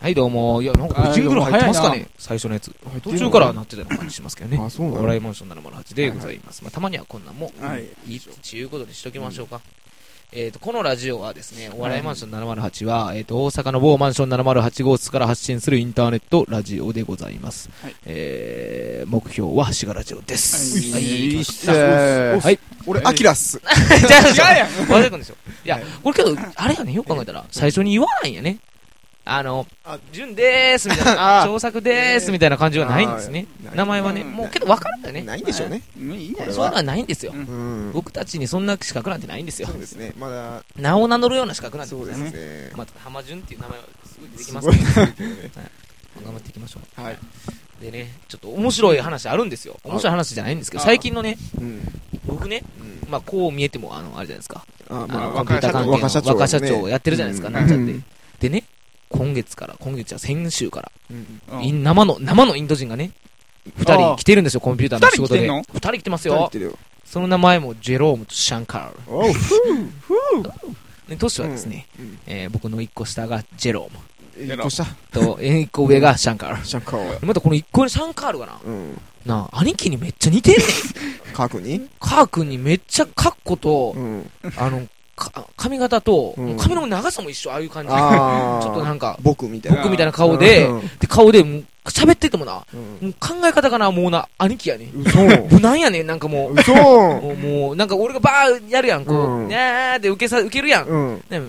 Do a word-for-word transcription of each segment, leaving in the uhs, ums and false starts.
はいどうも。いや、なんかこれジングル入ってますかね、最初のやつ。途中からなってたような感じしますけどね。 あ、そうなの。 笑いマンションななまるはちでございます。まあ、たまにはこんなんも、 はい。 いいということにしときましょうか。えっと、このラジオはですね、お笑いマンションななまるはちは、えっと、大阪の某マンションななまるはち号室から発信するインターネットラジオでございます。えー、目標はシガラジオです。 はい。 はい。はい。 俺、アキラっす。 じゃあ、違うやん。忘れたんですよ。いや、これけど、あれやね、よく考えたら、最初に言わないんやね。あの、ジュンでーすみたいな、創作でーすみたいな感じはないんですね。名前はね、もうけど分かるんだよね。 ないんでしょうね。 そういうのはないんですよ。僕たちにそんな資格なんてないんですよ。 そうですね。まだ名を名乗るような資格なんてございません。 また浜潤っていう名前はすごいできますから頑張っていきましょう。はい。でね、ちょっと面白い話あるんですよ。面白い話じゃないんですけど、最近のね、僕ね、まあこう見えてもあのあれじゃないですか。あのコンピューター関係の若社長をやってるじゃないですか。なんちゃって。でね。今月から、今月は先週から、うん、生の、生のインド人がね、二人来てるんですよ、コンピューターの仕事で。二人来てますよ。その名前もジェロームとシャンカール。で、トシはですね、うんえー、僕の一個下がジェローム。 一個下と、一個上がシャンカール。 シャンカール。 またこの一個上のシャンカールがな、うん、なあ、兄貴にめっちゃ似てんねん。 カー君にカー君にめっちゃカッコと、うん、あの、髪型と、うん、髪の長さも一緒、ああいう感じ。ちょっとなんか、 僕みたいな。 僕みたいな顔で、うん、で、顔で、喋っててもな、うん、もう考え方がな、もうな、兄貴やね。無難やねん、なんかもう。 嘘もう、もう、なんか俺がバーやるやん、こう、うん、にゃーって受けさ、受けるやん。うん。でも、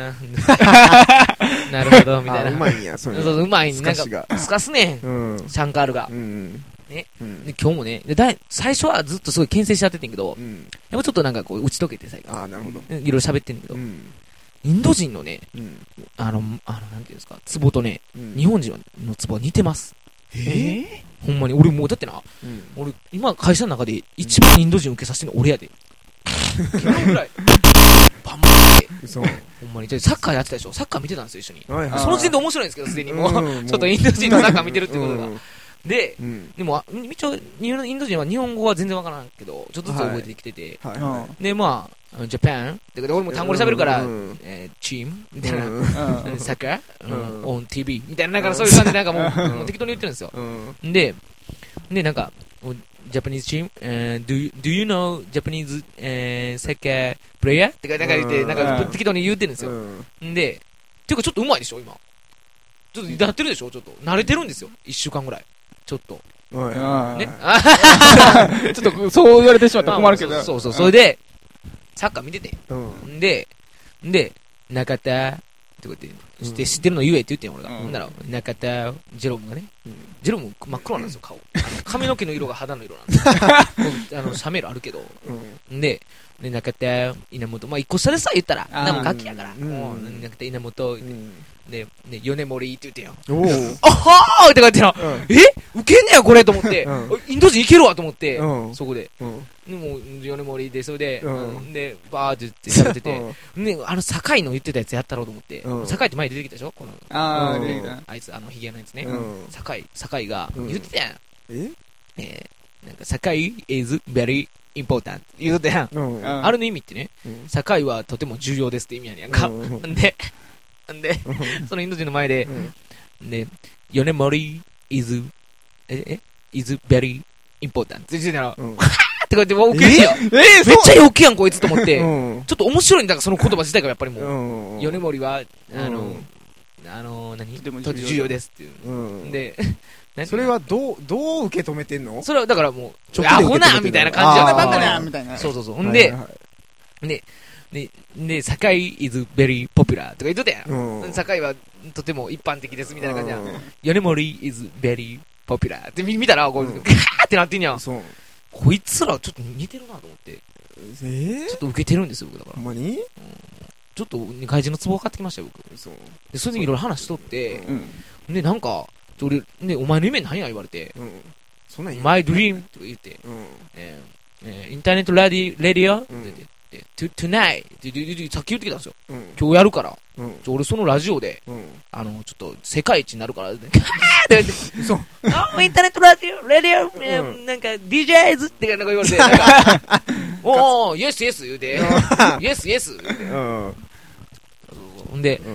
なるほど、みたいな。 うまいんや、そうそうそう、うまいんなんか、すかすねん、うん、シャンカールが。うんね、うん、で今日もねでだい最初はずっとすごい牽制しちゃっててんけど、うん、でもちょっとなんかこう打ち解けて最後あなるほどいろいろ喋ってんだけど、うん、インド人のね、うん、あのあのなんていうんですかツボとね、うん、日本人のツボは似てます。 えー、 ほんまに俺もうだってな、うん、俺今会社の中で一番インド人受けさせてるの俺やで。昨日ぐらいバンバンってほんまにサッカーやってたでしょ。サッカー見てたんですよ一緒に、はいはい、その時点で面白いんですけどすでにもう、うん、ちょっとインド人のサッカー見てるってことが、うんで、うん、でも、一応、インド人は日本語は全然わからんけど、ちょっとずつ覚えてきてて、はいはいはい、で、まあ、ジャパンって俺も単語で喋るから、うんえー、チームみたいな、うん、サッカー、うん、オン ティービー みたいな、なんかそういう感じで、なんかもう、もう適当に言ってるんですよ。うん、で、で、なんか、ジャパニーズチーム、uh, do, you, do you know Japanese、uh, サッカープレイヤーってなんか言って、なんか適当に言ってるんですよ。んで、っていうかちょっと上手いでしょ、今。ちょっとやってるでしょ、ちょっと。慣れてるんですよ、一週間ぐらい。ちょっと。ね。 ちょっと、そう言われてしまったら困るけど。 そうそう、それで、サッカー見てて。んで、んで、中田、ってこうやって、知ってるの言えって言ってん俺が。ほんなら、中田、ジェロムがね。ジェロム真っ黒なんですよ、顔。髪の毛の色が肌の色なんですよ。あの、シャメールあるけど。んで、で、中田、稲本、まあ、一個下でさ、言ったら、でもガキやから。もう、中田、稲本、で、ね、米森って言ってよ。おーあはーって書いてな、えウケんねやこれと思って、インド人いけるわと思って、そこで。でも、米森で、それで、で、バーって言って喋ってて、ね、あの、堺の言ってたやつやったろうと思って、堺って前出てきたでしょこの、 ああいつ、あの、ヒゲのやつね。堺、堺が言ってたやん。ええ、なんか、堺 is very important 言うてたやん。あれの意味ってね、堺はとても重要ですって意味やねんか。で、んで、そのインド人の前で、うん、で、米森 is, え、え is very important って言ってたら、うん、はぁってこうやって、オッケーや。えー、めっちゃ陽気やん、こいつと思って、うん、ちょっと面白いんだから、その言葉自体がやっぱりもう、うん、米森は、あの、うん、あの、何とても重要ですっていう。うん、で、 それはどう、どう受け止めてんの？ それはだからもう、アホなみたいな感じやバカなみたいな。 そうそうそう。んで、で、で、で、堺 is very popular とか言っとったやん。うん、堺はとても一般的ですみたいな感じやん。米森 is very popular って見たら、こう、ガーってなってんやん。こいつらちょっと似てるなと思って。えー、ちょっと受けてるんですよ、僕だから。 ほんまに、うん、 ちょっと外人のツボを買ってきましたよ、僕。そう。で、それでいろいろ話しとって、うん、で、なんか、俺、ね、お前の夢何や言われて、うん、そんなん言う My dream とか言って、うん、えーえー、インターネットラディ、レディオって言って、To, tonight ってさっき言ってきたんですよ、うん、今日やるから、うん、俺そのラジオで、うん、あのちょっと世界一になるからって言ってそうインターネットラジオレディオ、うん、なんか ディージェーズ ってなんか言われてなんかおーイエスイエス言うてイエスイエス言うてほんで、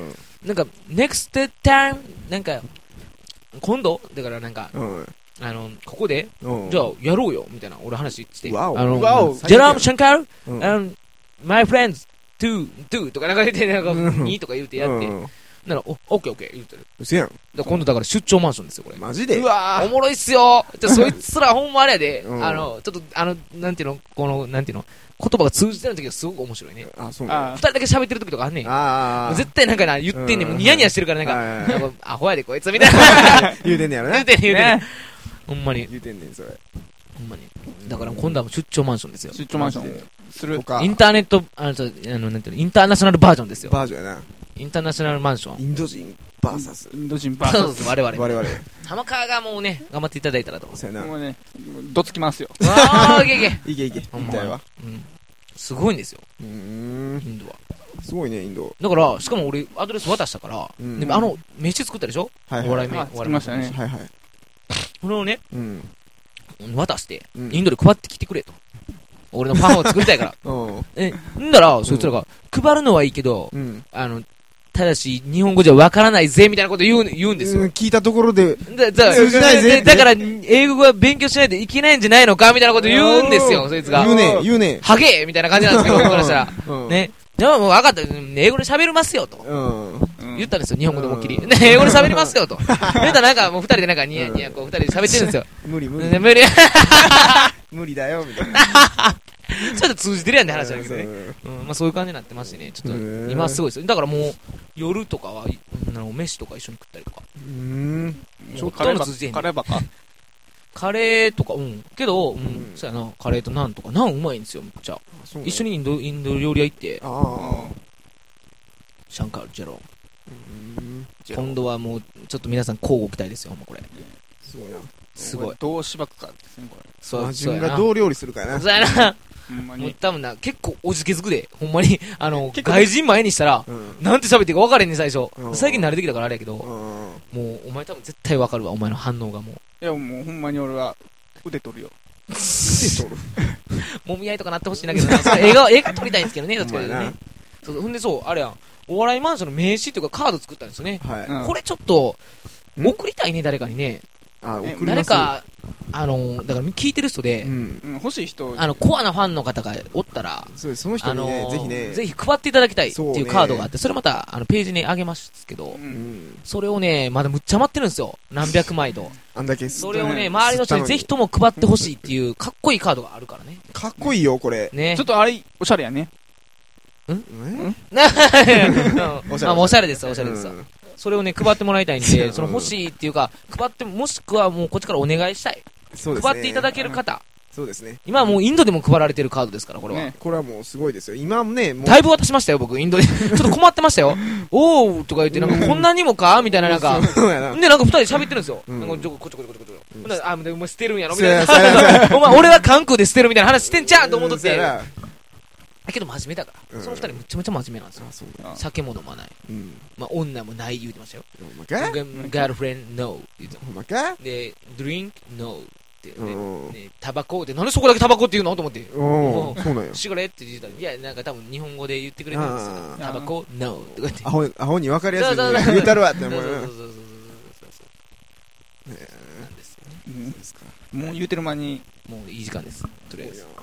なんか、next time、なんか、今度だからなんか、 うん。 あの、ここで、 うん。 じゃあ、やろうよ、みたいな、俺話して。 わおあの、 わおジェラム・シャンカル、 うん。 あの、my friends, to, to とかなんか言って、なんか、 うんにとか言ってやって、 うん。 なら、お、オッケーオッケー言ってる。 うせやん。 だ今度だから出張マンションですよ、これ。 マジでうわおもろいっすよじゃあそいつらほんまあれやで、 うんあの、ちょっと、あの、なんていうの、この、なんていうの、言葉が通じてない時がすごく面白いね。 あ、そうなんあ二人だけ喋ってる時とかあんねん。 ああ。 絶対なんかな、言ってんねん。もうニヤニヤしてるからなんか、 はいはいはいなんかアホやでこいつみたいな。 言うてんねやろな。 言うてんねん、言うてんねんね。 ほんまに、 言うてんねん、それ。 ほんまに。だから今度はもう出張マンションですよ。 出張マンションする。 他インターネット、あの、ちょあのなんていうの、インターナショナルバージョンですよ。 バージョンやな。 インターナショナルマンション。 インド人バーサス。 インド人バーそうそうそう、我々。 我々。 浜川がもうね、頑張っていただいたらと。 そうやな。 もうね、どつきますよ。 あー、いけいけ。 いけいけ。 ほんまみたいわ。 うん。すごいんですよ、 うーイん。 ンドは。 すごいね、インド。 だから、しかも俺、アドレス渡したから、 うんであの、飯作ったでしょはいはい。 お笑い名、 あお笑い名作りましたねはいはい。 これをね、 うん。 渡して、 うんインドで配ってきてくれと。俺のパンを作りたいから。 うん。 え、んだら、そいつらが、配るのはいいけど、 うん。 あの、ただし、日本語じゃわからないぜ、みたいなこと言う、言うんですよ。 聞いたところで、 だ、だ、 通じないぜでだから、英語は勉強しないといけないんじゃないのかみたいなこと言うんですよ、そいつが。 言うね、言うね。 ハゲーみたいな感じなんですけど、僕からしたら。 うん。 ね。じゃあもう分かった。英語で喋りますよ、と。 うん。 言ったんですよ、日本語でもっきり。 うんね、英語で喋りますよ、と。言ったらなんかもう二人でなんかニヤニヤこう二人で喋ってるんですよ。 無理無理。 ね無理。 無理だよ、みたいな。 ちょっと通じてるやんって話なんだけどね。 うんうん、まあそういう感じになってましてね、ちょっとへー今はすごいですよ。だからもう夜とかは、いあの飯とか一緒に食ったりとか。 うーん。 ちょっとカレーば通じてへんカレーばっか。 カレーとか、うん。けど、うん、 んそうやな、カレーとナンとか、ナンうまいんですよ、めっちゃ。一緒に。 にインド、インド料理屋行って、 ああ。 シャンカール、ジェロ。 うん。 今度はもう、ちょっと皆さん交互期待ですよ、ほんまこれ。 すごいな。 すごい。 どうしばくかですね、これ。 そう、 自そうやな。 分がどう料理するかやな。 そうやな。もうほんまに。 多分な、結構おじけづくで、ほんまに。あの、 結構外人前にしたら、 うん。 なんて喋っていいか分かれんねん、最初う。ん最近慣れてきたからあれやけど、 うん。 もう、お前多分絶対分かるわ、お前の反応がもう。 いや、もうほんまに俺は腕取るよ。 手取る。 もみ合いとかなってほしいんだけどな、それ映画、映画撮りたいんですけどね、どっちかというとほんまやね。そうほんでそう、あれやん、お笑いマンションの名刺というかカード作ったんですよね。 はい。 うんこれちょっと、 ん送りたいね、誰かにね。 あ、送ります。 誰か、あの、だから聞いてる人でう、ん。 うん、欲しい人。 あの、コアなファンの方がおったら、 そうです。その人あのにね、ぜひね。 ぜひ配っていただきたいってそうねいうカードがあって、それまた、あの、ページにあげますけどう、。 うんん。 それをね、まだむっちゃ待ってるんですよ。何百枚と。 あんだけそれをね、 ね周りの人にぜひとも配ってほしいっていう、かっこいいカードがあるからね。 かっこいいよ、これ。 ね。 ちょっとあれ、おしゃれやね。 えうんおしゃれまあ、おしゃれです、おしゃれです。 うんそれをね、配ってもらいたいんで、 うんその欲しいっていうか、配って、もしくはもうこっちからお願いしたい。 そうですね。 配っていただける方。 そうですね。 今はもうインドでも配られてるカードですから、これは。 ねこれはもうすごいですよ。今もね、もう。 だいぶ渡しましたよ、僕、インドで。ちょっと困ってましたよ。おーとか言って、なんか、こんなにもかみたいな、なんか。 そうやな。 で、なんか二人で喋ってるんですよ。 うんなんか、ちょこちょこちょこちょこちょこ。 うんほんならあ、でお前捨てるんやろみそうやたいそうやそうやな。お前、俺は関空で捨てるみたいな話してんじゃんと思っとって。 そうやだなけど真面目だから。 うんその二人めちゃめちゃ真面目なんですよ。 あ、そうだ。 あ酒も飲まない。 うん。 まあ、女もない言うてましたよ。 ほんまかガールフレンド、ノー言うてほんまかで、ドリンク、ノーってうね。 ん。 ね、タバコって、なんでそこだけタバコって言うのと思って。 おー、そうなんや。 シガレって言ってたら、いや、なんか多分日本語で言ってくれたんですよあ。 ータバコ、ノーとか言って。 アホ、アホに分かりやすいそうそうそう言うたるわってそう思うよな。 そうそうそうそうそうねなんですよね。 うんそうですか。 もう言うてる間に、 もういい時間です。とりあえず。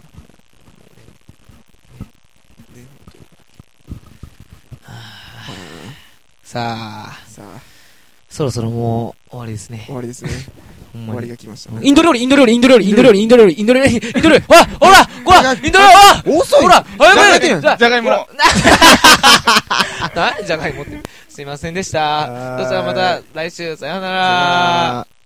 さあ、 さあ、 そろそろもう終わりですね終。わりですね。終わりほんまに。 が来ましたね。 インド料理、インド料理、インド料理、インド料理、インド料理、インド料理、インド料理、ほらほらほらインド料理、ほら遅いほら早く考えてんやんじゃあじゃがいもほらなじゃがいもって。すいませんでした。 はーいそしたらまた来週、さようなさよならら。